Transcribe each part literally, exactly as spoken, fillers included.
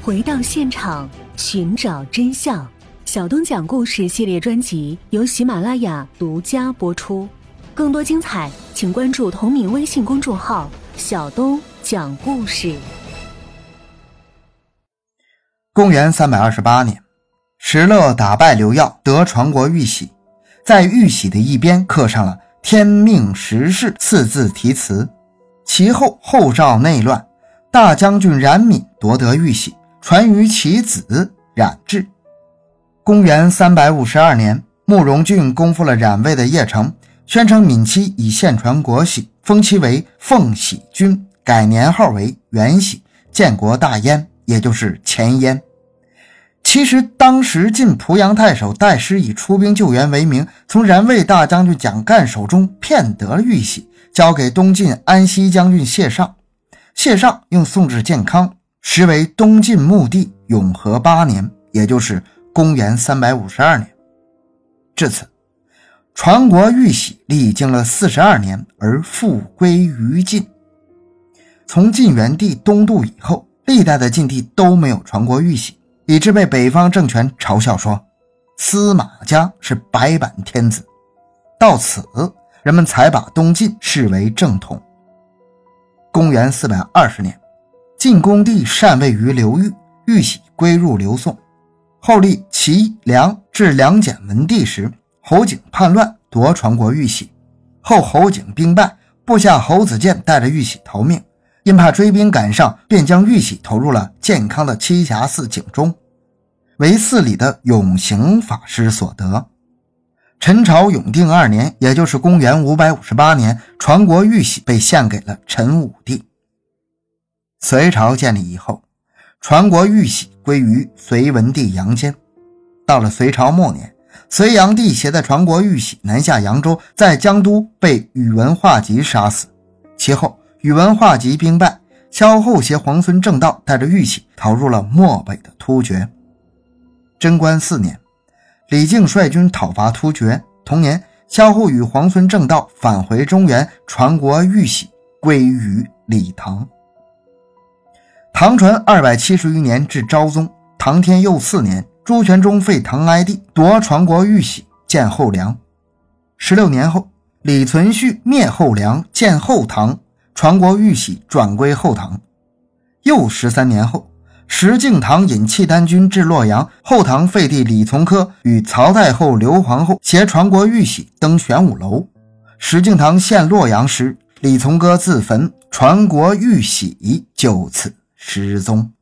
回到现场，寻找真相。小东讲故事系列专辑由喜马拉雅独家播出，更多精彩请关注同名微信公众号小东讲故事。 公元三百二十八年，石勒打败刘耀，得传国玉玺，在玉玺的一边刻上了天命时势四字题词。其后后赵内乱，大将军冉闵夺得玉玺，传于其子冉智。公元三百五十二年，慕容俊攻复了冉魏的邺城，宣称闵妻已献传国玺，封其为奉玺君，改年号为元玺，建国大燕，也就是前燕。其实当时晋濮阳太守戴师以出兵救援为名，从冉魏大将军蒋干手中骗得了玉玺，交给东晋安西将军谢尚。谢尚用送至建康，实为东晋穆帝永和八年，也就是公元三百五十二年。至此，传国玉玺历经了四十二年而复归于晋。从晋元帝东渡以后，历代的晋帝都没有传国玉玺，以致被北方政权嘲笑说司马家是白板天子。到此，人们才把东晋视为正统。公元四百二十年，晋恭帝禅位于刘裕，玉玺归入刘宋。后历齐、梁至梁简文帝时，侯景叛乱夺传国玉玺，后侯景兵败，部下侯子建带着玉玺逃命，因怕追兵赶上，便将玉玺投入了建康的栖霞寺井中，为寺里的永行法师所得。陈朝永定二年，也就是公元五百五十八年，传国玉玺被献给了陈武帝。隋朝建立以后，传国玉玺归于隋文帝杨坚。到了隋朝末年，隋炀帝携带传国玉玺南下扬州，在江都被宇文化及杀死。其后宇文化及兵败，萧后携皇孙正道带着玉玺逃入了漠北的突厥。贞观四年，李靖率军讨伐突厥，同年萧后与皇孙正道返回中原，传国玉玺归于李唐。唐传二百七十余年至昭宗，唐天佑四年，朱全忠废唐哀帝，夺传国玉玺，建后梁。十六年后，李存勖灭后梁，建后唐，传国玉玺转归后唐。又十三年后，石敬瑭引契丹军至洛阳，后唐废帝李从珂与曹太后刘皇后携传国玉玺登玄武楼。石敬瑭献洛阳时，李从珂自焚，传国玉玺就此失踪。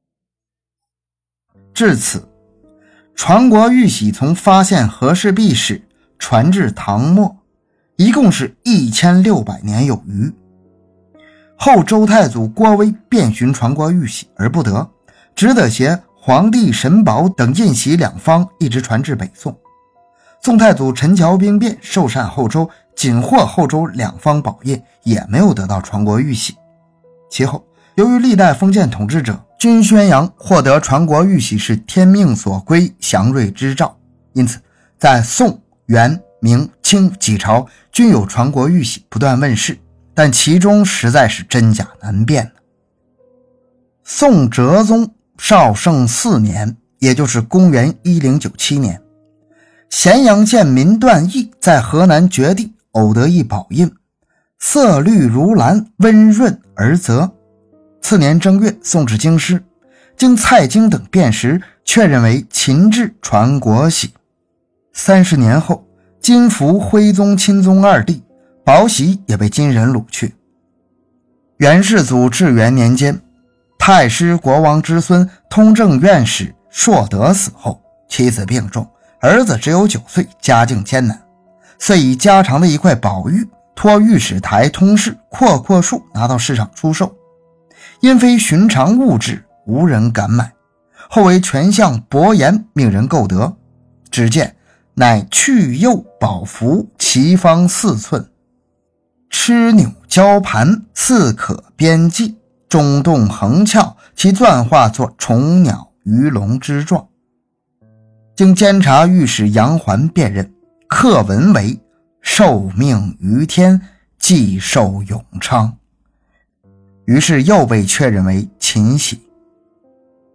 至此，传国玉玺从发现和氏璧始传至唐末，一共是一千六百年有余。后周太祖郭威遍寻传国玉玺而不得，只得携皇帝神宝等印玺两方一直传至北宋。宋太祖陈桥兵变，受禅后周，仅获后周两方宝印，也没有得到传国玉玺。其后由于历代封建统治者均宣扬获得传国玉玺是天命所归，祥瑞之兆，因此在宋、元、明、清几朝均有传国玉玺不断问世，但其中实在是真假难辨。宋哲宗绍圣四年，也就是公元一零九七年，咸阳县民段义在河南绝地偶得一宝印，色绿如蓝，温润而泽。次年正月送至京师，经蔡京等辨识，确认为秦制传国玺。三十年后，金福徽宗钦宗二帝，宝玺也被金人掳去。元世祖至元年间，太师国王之孙通政院使硕德死后，妻子病重，儿子只有九岁，家境艰难，遂以家常的一块宝玉托御史台通事阔阔树拿到市场出售，因非寻常物质，无人敢买。后为权相伯颜命人购得，只见乃去釉宝符，其方四寸，螭钮交盘，似可边际，中洞横翘，其钻化作虫鸟鱼龙之状。经监察御史杨环辨认，刻文为受命于天，既寿永昌，于是又被确认为秦玺。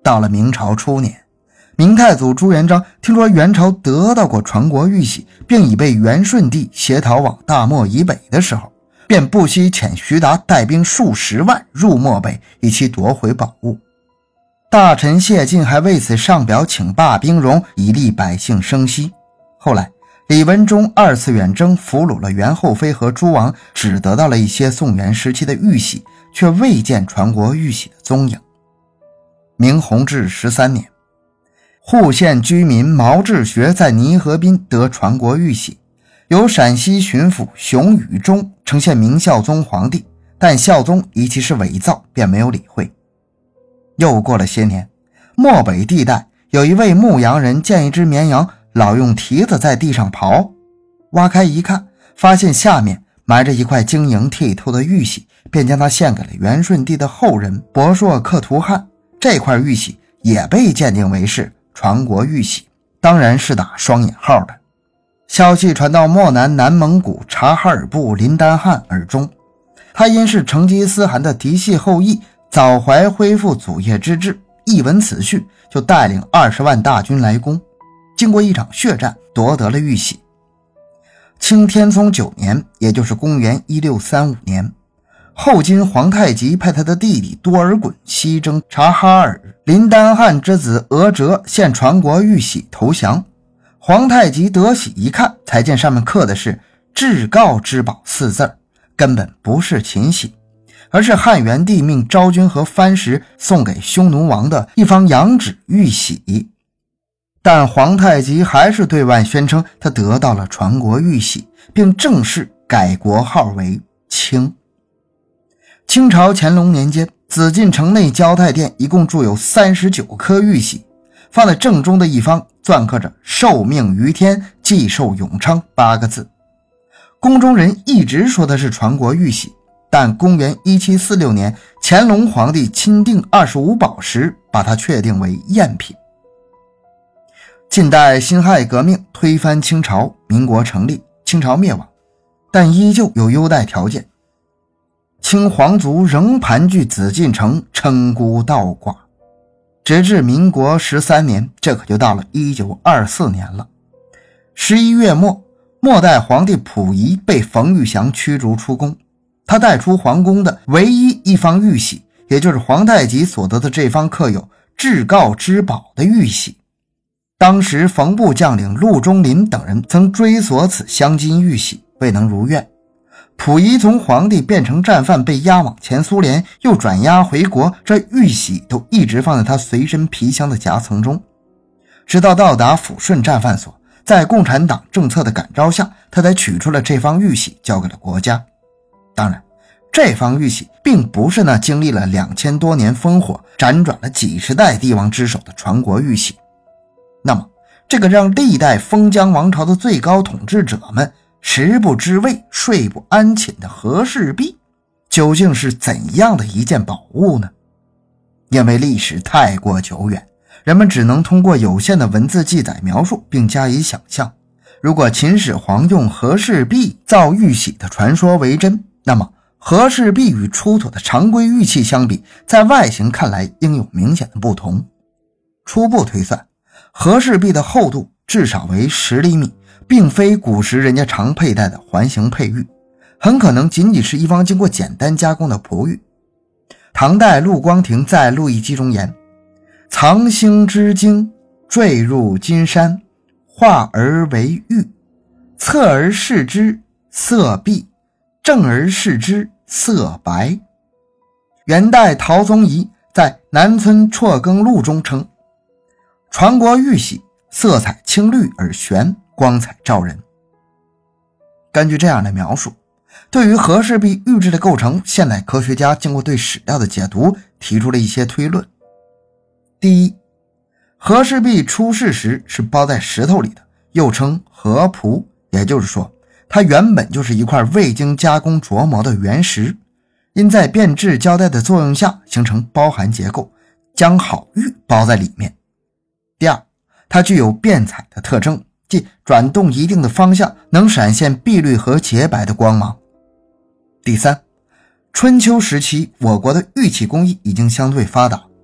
到了明朝初年，明太祖朱元璋听说元朝得到过传国玉玺，并已被元顺帝携逃往大漠以北的时候，便不惜遣徐达带兵数十万入漠北，以期夺回宝物。大臣谢晋还为此上表请罢兵戎，以利百姓生息。后来李文忠二次远征，俘虏了元后妃和诸王，只得到了一些宋元时期的玉玺，却未见传国玉玺的踪影。明弘治十三年，户县居民毛志学在泥河滨得传国玉玺，由陕西巡抚熊宇中呈现明孝宗皇帝，但孝宗疑其是伪造，便没有理会。又过了些年，漠北地带有一位牧羊人见一只绵羊老用蹄子在地上刨，挖开一看，发现下面埋着一块晶莹剔透的玉玺，便将它献给了元顺帝的后人博硕克图汗。这块玉玺也被鉴定为是传国玉玺，当然是打双引号的。消息传到漠南南蒙古察哈尔部林丹汗耳中，他因是成吉思汗的嫡系后裔，早怀恢复祖业之志，一闻此讯，就带领二十万大军来攻，经过一场血战，夺得了玉玺。清天聪九年，也就是公元一六三五年，后金皇太极派他的弟弟多尔衮西征察哈尔，林丹汗之子额哲献传国玉玺投降。皇太极得玺一看，才见上面刻的是至诰之宝四字，根本不是秦玺，而是汉元帝命昭君和藩时送给匈奴王的一方羊脂玉玺。但皇太极还是对外宣称他得到了传国玉玺，并正式改国号为清。清朝乾隆年间，紫禁城内交泰殿一共铸有三十九颗玉玺，放在正中的一方篆刻着受命于天，继寿永昌八个字。宫中人一直说的是传国玉玺，但公元一七四六年乾隆皇帝钦定二十五宝时，把它确定为赝品。近代辛亥革命推翻清朝，民国成立，清朝灭亡，但依旧有优待条件。清皇族仍盘踞紫禁城，称孤道寡，直至民国十三年，这可就到了一九二四年了。十一月末，末代皇帝溥仪被冯玉祥驱逐出宫，他带出皇宫的唯一一方玉玺，也就是皇太极所得的这方刻有至诰之宝的玉玺。当时冯部将领陆中林等人曾追索此镶金玉玺，未能如愿。溥仪从皇帝变成战犯，被押往前苏联，又转押回国，这玉玺都一直放在他随身皮箱的夹层中。直到到达抚顺战犯所，在共产党政策的感召下，他才取出了这方玉玺，交给了国家。当然，这方玉玺并不是那经历了两千多年烽火，辗转了几十代帝王之手的传国玉玺。那么，这个让历代封疆王朝的最高统治者们食不知味，睡不安寝的和氏璧，究竟是怎样的一件宝物呢？因为历史太过久远，人们只能通过有限的文字记载描述并加以想象。如果秦始皇用和氏璧造玉玺的传说为真，那么和氏璧与出土的常规玉器相比，在外形看来应有明显的不同。初步推算，和氏璧的厚度至少为十厘米，并非古时人家常佩戴的环形佩玉，很可能仅仅是一方经过简单加工的璞玉。唐代陆光庭在《陆易记》中言：藏星之精，坠入金山，化而为玉，侧而视之，色碧；正而视之，色白。元代陶宗仪在《南村辍耕录》中称，传国玉玺色彩青绿而玄，光彩照人。根据这样的描述，对于和氏璧玉质的构成，现代科学家经过对史料的解读，提出了一些推论。第一，和氏璧出世时是包在石头里的，又称和璞，也就是说，它原本就是一块未经加工琢磨的原石，因在变质胶带的作用下形成包含结构，将好玉包在里面。第二，它具有变彩的特征，即转动一定的方向能闪现碧绿和洁白的光芒。第三，春秋时期我国的玉器工艺已经相对发达，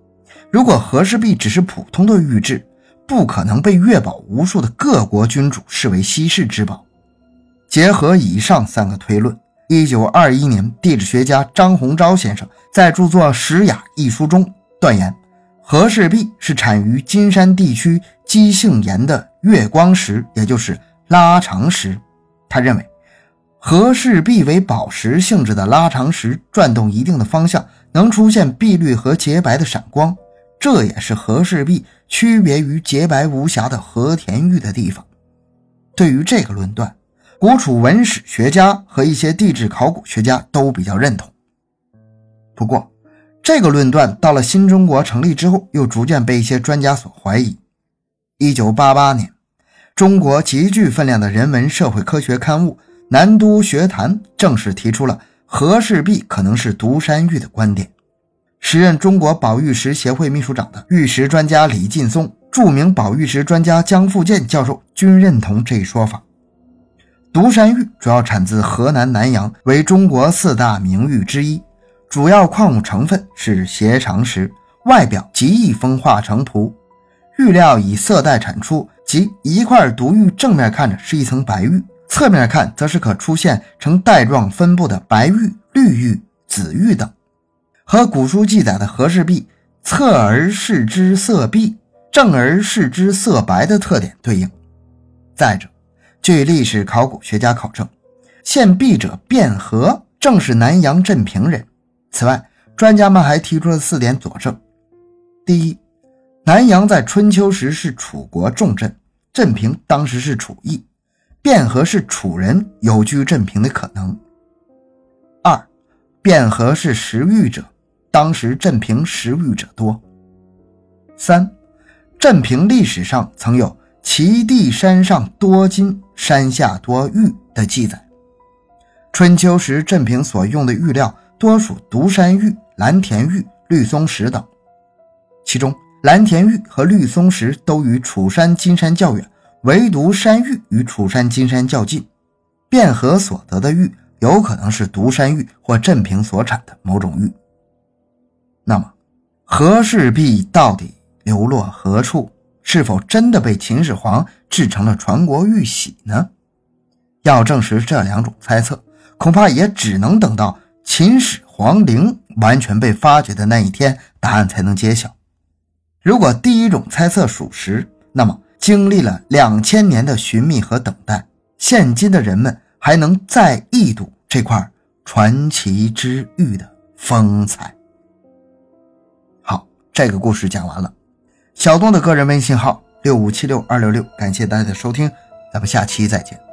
如果和氏璧只是普通的玉质，不可能被阅宝无数的各国君主视为稀世之宝。结合以上三个推论，一九二一年地质学家张鸿钊先生在著作《石雅》一书中断言，和氏璧是产于金山地区姬姓岩的月光石，也就是拉长石。他认为和氏璧为宝石性质的拉长石转动一定的方向，能出现碧绿和洁白的闪光，这也是和氏璧区别于洁白无瑕的和田玉的地方。对于这个论断，古楚文史学家和一些地质考古学家都比较认同。不过这个论断到了新中国成立之后，又逐渐被一些专家所怀疑。一九八八年，中国极具分量的人文社会科学刊物《南都学坛》正式提出了和氏璧可能是独山玉的观点。时任中国宝玉石协会秘书长的玉石专家李劲松、著名宝玉石专家江复建教授均认同这一说法。独山玉主要产自河南南阳，为中国四大名玉之一，主要矿物成分是斜长石，外表极易风化成砼。玉料以色带产出，即一块独玉正面看着是一层白玉，侧面看则是可出现呈带状分布的白玉、绿玉、紫玉等，和古书记载的和氏璧侧而视之色碧，正而视之色白的特点对应。再者，据历史考古学家考证，献璧者卞和正是南阳镇平人。此外，专家们还提出了四点佐证。第一，南阳在春秋时是楚国重镇，镇平当时是楚邑，卞和是楚人，有居镇平的可能。二，卞和是识玉者，当时镇平识玉者多。三，镇平历史上曾有其地山上多金，山下多玉的记载。春秋时镇平所用的玉料多属独山玉、蓝田玉、绿松石等，其中蓝田玉和绿松石都与楚山金山较远，唯独山玉与楚山金山较近。卞和所得的玉有可能是独山玉或镇平所产的某种玉。那么和氏璧到底流落何处？是否真的被秦始皇制成了传国玉玺呢？要证实这两种猜测，恐怕也只能等到秦始皇陵完全被发掘的那一天，答案才能揭晓。如果第一种猜测属实，那么经历了两千年的寻觅和等待，现今的人们还能再一睹这块传奇之玉的风采。好，这个故事讲完了。小东的个人微信号六五七六二六六，感谢大家的收听，咱们下期再见。